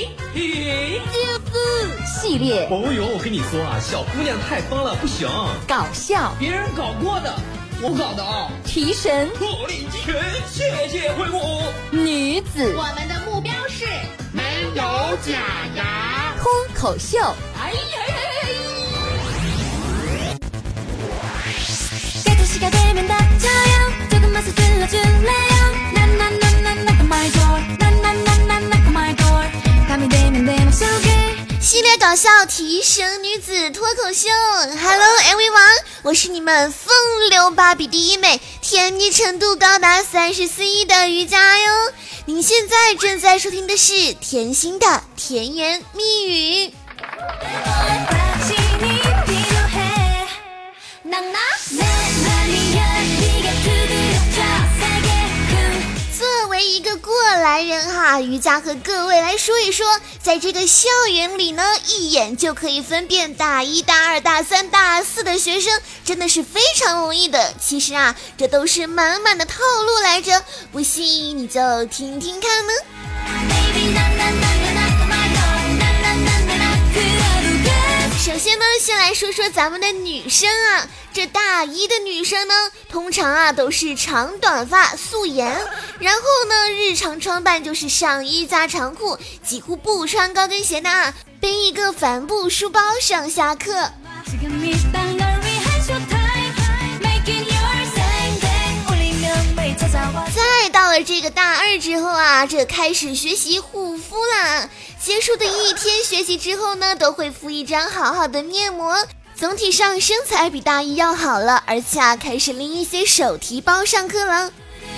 皮就是系列。 哦呦，我跟你说啊，小姑娘太疯了，不行。 搞笑， 别人搞过的，我搞的啊。 提神， 火力全，谢谢惠顾。 女子， 我们的目标是没有假牙。 脱口秀， 哎呀呀呀！ 系列搞笑提神女子脱口秀 ，Hello everyone， 我是你们风流芭比第一美，甜蜜程度高达34亿的瑜伽哟。您现在正在收听的是甜心的甜言蜜语。作为一个过来人哈，瑜伽和各位来说一说，在这个校园里呢，一眼就可以分辨大一、大二、大三、大四的学生，真的是非常容易的。其实啊，这都是满满的套路来着，不信你就听听看呢。首先呢，先来说说咱们的女生啊，这大一的女生呢，通常啊都是长短发、素颜，然后呢，日常装扮就是上衣加长裤，几乎不穿高跟鞋的啊，背一个帆布书包上下课。再到了这个大二之后啊，这开始学习护肤啦。结束的一天学习之后呢，都会敷一张好好的面膜，总体上身材比大一要好了，而且啊，开始拎一些手提包上课了。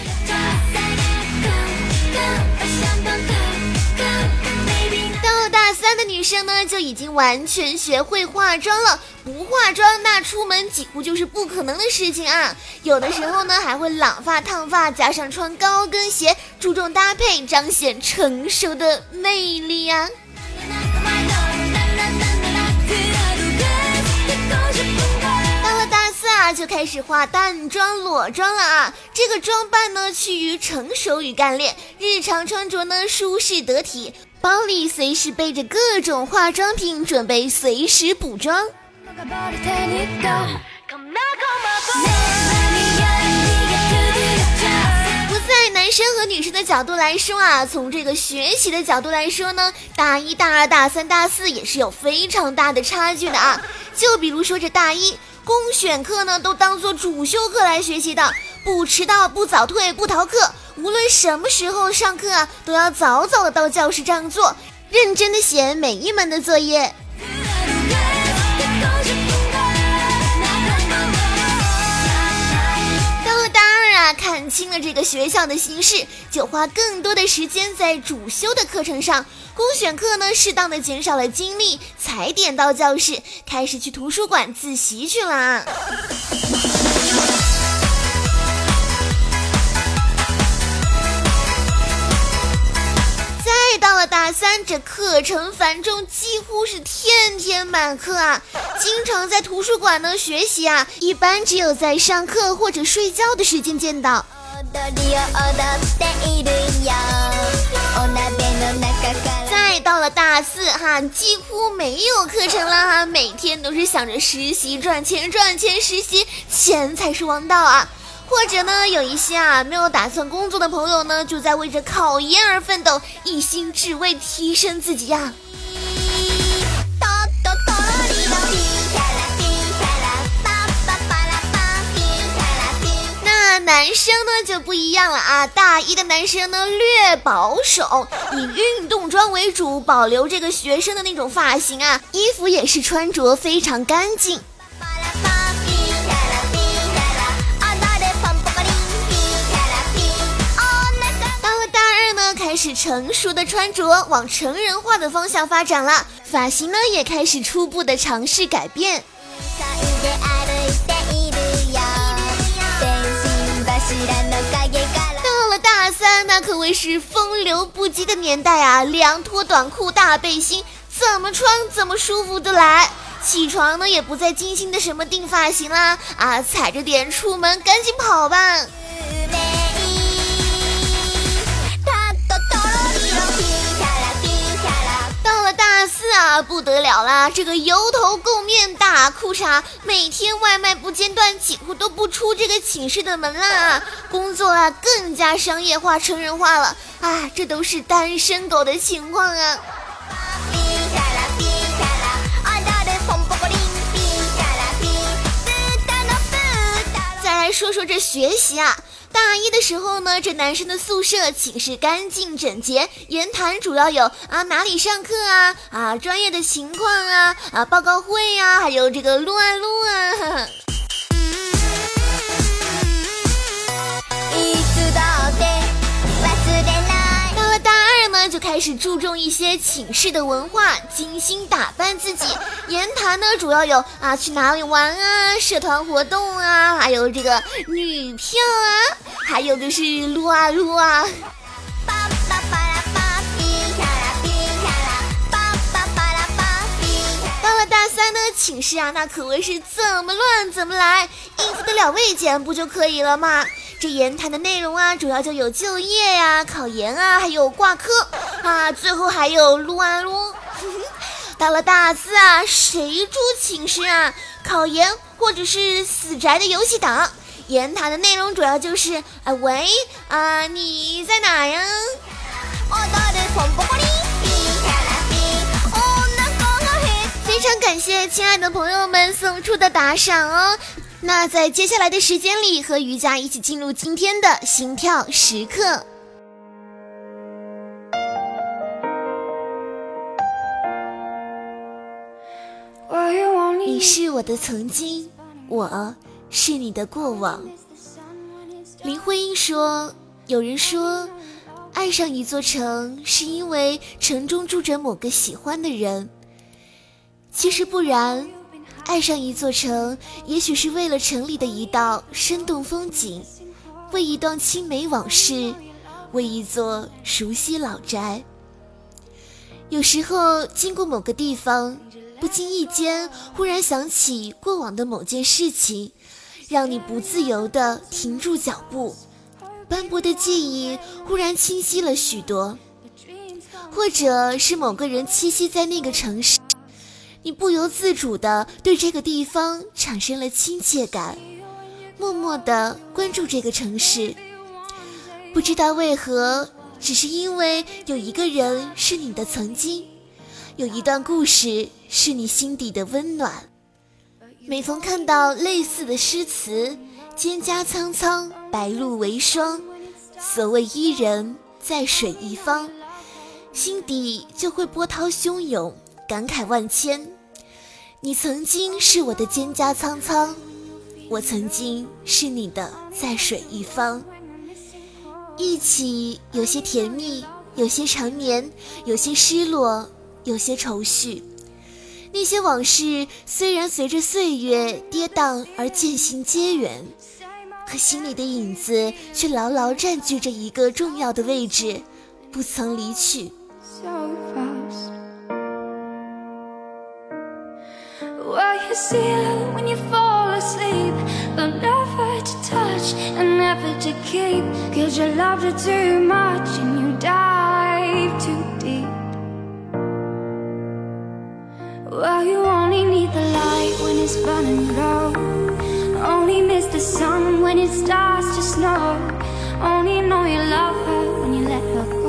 到大三的女生呢，就已经完全学会化妆了，不化妆那出门几乎就是不可能的事情啊。有的时候呢，还会朗发烫发，加上穿高跟鞋，注重搭配，彰显成熟的魅力啊。到了大四啊，就开始化淡妆裸妆了啊。这个装扮呢，趋于成熟与干练，日常穿着呢舒适得体，包里随时背着各种化妆品，准备随时补妆。不在男生和女生的角度来说啊，从这个学习的角度来说呢，大一、大二、大三、大四也是有非常大的差距的啊。就比如说这大一公选课呢，都当做主修课来学习的，不迟到、不早退、不逃课，无论什么时候上课啊，都要早早的到教室上做，认真的写每一门的作业。到了大二啊，看清了这个学校的形势，就花更多的时间在主修的课程上。公选课呢，适当的减少了精力，踩点到教室，开始去图书馆自习去了啊。再到了大三，这课程繁重，几乎是天天满课啊，经常在图书馆呢学习啊，一般只有在上课或者睡觉的时间见到。再到了大四哈，几乎没有课程了哈，每天都是想着实习赚钱，赚钱实习，钱才是王道啊。或者呢，有一些啊没有打算工作的朋友呢，就在为着考研而奋斗，一心只为提升自己呀。那男生呢就不一样了啊，大一的男生呢略保守，以运动装为主，保留这个学生的那种发型啊，衣服也是穿着非常干净。开始成熟的穿着往成人化的方向发展了，发型呢也开始初步的尝试改变。到了大三，那可谓是风流不羁的年代啊，凉拖短裤大背心，怎么穿怎么舒服的来。起床呢也不再精心的什么定发型啦，啊，踩着点出门赶紧跑吧。 那不得了啦，这个油头垢面大裤衩，每天外卖不间断，几乎都不出这个寝室的门啦，工作啊更加商业化成人化了啊，这都是单身狗的情况啊。再来说说这学习啊，大一的时候呢，这男生的宿舍寝室干净整洁，言谈主要有哪里上课啊专业的情况报告会还有这个撸啊撸啊。到了大二呢，就开始注重一些寝室的文化，精心打扮自己。言谈呢，主要有去哪里玩社团活动还有这个女票还有就是撸啊撸啊。到了大三呢，寝室那可谓是怎么乱怎么来，应付得了未检不就可以了吗？这言谈的内容主要就有就业考研还有挂科最后还有撸啊撸。到了大四谁住寝室考研或者是死宅的游戏党，言谈的内容主要就是喂你在哪呀？非常感谢亲爱的朋友们送出的打赏哦。那在接下来的时间里，和瑜伽一起进入今天的心跳时刻。你是我的曾经，我是你的过往。林徽因说，有人说爱上一座城是因为城中住着某个喜欢的人，其实不然，爱上一座城也许是为了城里的一道生动风景，为一段青梅往事，为一座熟悉老宅。有时候经过某个地方，不经意间忽然想起过往的某件事情，让你不自由地停住脚步，斑驳的记忆忽然清晰了许多。或者是某个人栖息在那个城市，你不由自主地对这个地方产生了亲切感，默默地关注这个城市。不知道为何，只是因为有一个人是你的曾经，有一段故事是你心底的温暖。每逢看到类似的诗词，蒹葭苍苍，白露为霜，所谓伊人，在水一方，心底就会波涛汹涌，感慨万千。你曾经是我的蒹葭苍苍，我曾经是你的在水一方。一起有些甜蜜，有些缠绵，有些失落，有些愁绪。那些往事虽然随着岁月跌宕而渐行渐远，可心里的影子却牢牢占据着一个重要的位置，不曾离去。 Well, you see it when you fall asleep, but never to touch and never to keep, 'cause you loved it too much and you dive too deep. Well, you only need the light when it's burning low, only miss the sun when it starts to snow, only know you love her when you let her go.